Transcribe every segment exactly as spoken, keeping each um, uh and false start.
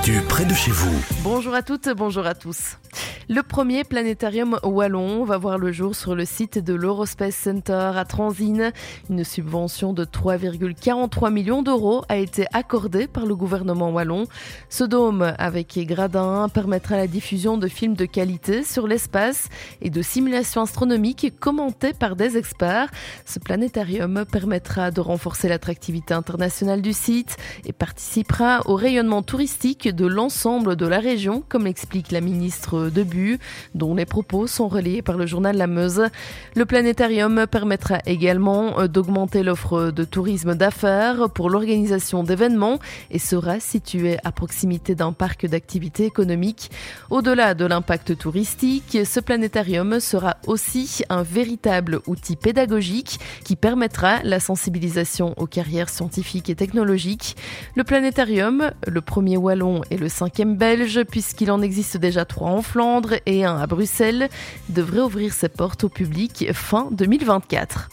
l'actu près de chez vous. Bonjour à toutes, bonjour à tous. Le premier planétarium wallon va voir le jour sur le site de l'Eurospace Center à Transines. Une subvention de trois virgule quarante-trois millions d'euros a été accordée par le gouvernement wallon. Ce dôme avec gradins permettra la diffusion de films de qualité sur l'espace et de simulations astronomiques commentées par des experts. Ce planétarium permettra de renforcer l'attractivité internationale du site et participera au rayonnement touristique de l'ensemble de la région, comme l'explique la ministre Debu, dont les propos sont relayés par le journal La Meuse. Le planétarium permettra également d'augmenter l'offre de tourisme d'affaires pour l'organisation d'événements et sera situé à proximité d'un parc d'activités économiques. Au-delà de l'impact touristique, ce planétarium sera aussi un véritable outil pédagogique qui permettra la sensibilisation aux carrières scientifiques et technologiques. Le planétarium, le premier wallon et le cinquième belge, puisqu'il en existe déjà trois en Flandre et un à Bruxelles, devrait ouvrir ses portes au public fin deux mille vingt-quatre.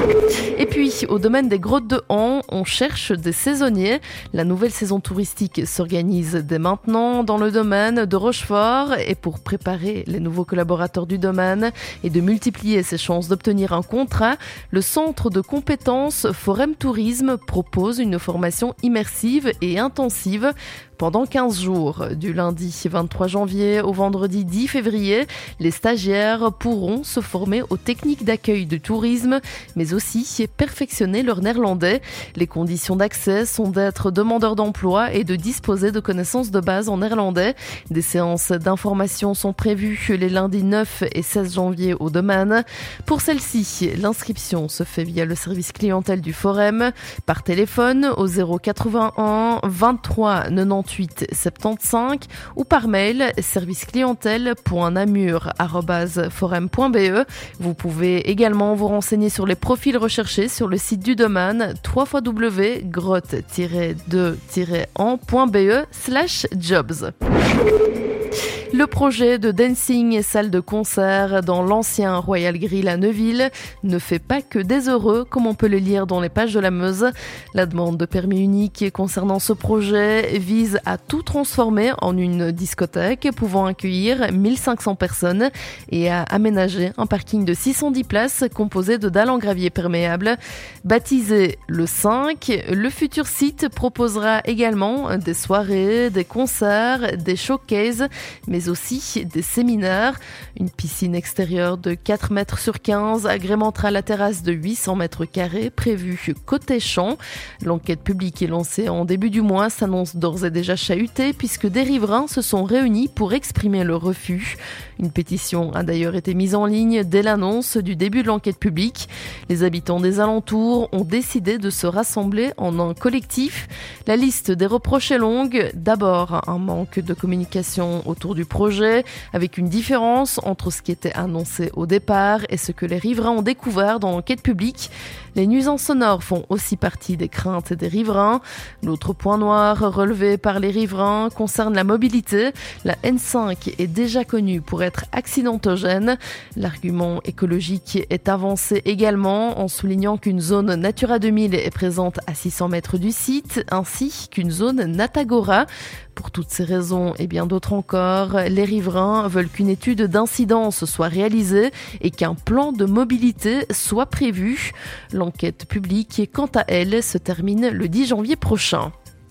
Et puis, au domaine des grottes de Han, on cherche des saisonniers. La nouvelle saison touristique s'organise dès maintenant dans le domaine de Rochefort, et pour préparer les nouveaux collaborateurs du domaine et de multiplier ses chances d'obtenir un contrat, le centre de compétences Forem Tourisme propose une formation immersive et intensive pendant quinze jours. Du lundi vingt-trois janvier au vendredi dix février, les stagiaires pourront se former aux techniques d'accueil du tourisme, mais aussi perfectionner leur néerlandais. Les conditions d'accès sont d'être demandeur d'emploi et de disposer de connaissances de base en néerlandais. Des séances d'information sont prévues les lundis neuf et seize janvier au domaine. Pour celle-ci, l'inscription se fait via le service clientèle du Forem, par téléphone au zéro quatre-vingt-un vingt-trois quatre-vingt-huit soixante-quinze ou par mail service clientèle point namur arobase forem point b e. Vous pouvez également vous renseigner sur les profils recherchés sur le site du domaine w w w point grotte tiret deux tiret en point b e slash jobs. Le projet de dancing et salle de concert dans l'ancien Royal Grill à Neuville ne fait pas que des heureux, comme on peut le lire dans les pages de la Meuse. La demande de permis unique concernant ce projet vise à tout transformer en une discothèque pouvant accueillir mille cinq cents personnes et à aménager un parking de six cent dix places composé de dalles en gravier perméable. Baptisé le cinq, le futur site proposera également des soirées, des concerts, des showcases, mais aussi des séminaires. Une piscine extérieure de quatre mètres sur quinze agrémentera la terrasse de huit cents mètres carrés prévue côté champ. L'enquête publique est lancée en début du mois s'annonce d'ores et déjà chahutée puisque des riverains se sont réunis pour exprimer leur refus. Une pétition a d'ailleurs été mise en ligne dès l'annonce du début de l'enquête publique. Les habitants des alentours ont décidé de se rassembler en un collectif. La liste des reproches est longue. D'abord, un manque de communication autour du projet, avec une différence entre ce qui était annoncé au départ et ce que les riverains ont découvert dans l'enquête publique. Les nuisances sonores font aussi partie des craintes des riverains. L'autre point noir relevé par les riverains concerne la mobilité. La N cinq est déjà connue pour être accidentogène. L'argument écologique est avancé également en soulignant qu'une zone Natura deux mille est présente à six cents mètres du site, ainsi qu'une zone Natagora. Pour toutes ces raisons et bien d'autres encore, les riverains veulent qu'une étude d'incidence soit réalisée et qu'un plan de mobilité soit prévu. L'enquête publique, quant à elle, se termine le dix janvier prochain.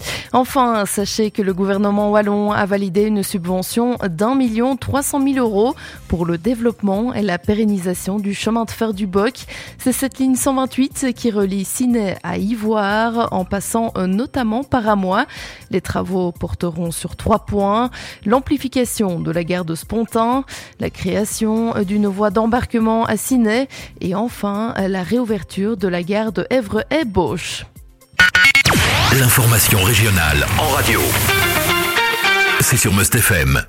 Enfin, sachez que le gouvernement wallon a validé une subvention d'un million trois cent mille euros pour le développement et la pérennisation du chemin de fer du Boc. C'est cette ligne cent vingt-huit qui relie Ciney à Ivoire en passant notamment par Amois. Les travaux porteront sur trois points: l'amplification de la gare de Spontin, la création d'une voie d'embarquement à Ciney et enfin la réouverture de la gare de Évreux-et-Beauche. L'information régionale en radio, c'est sur Must F M.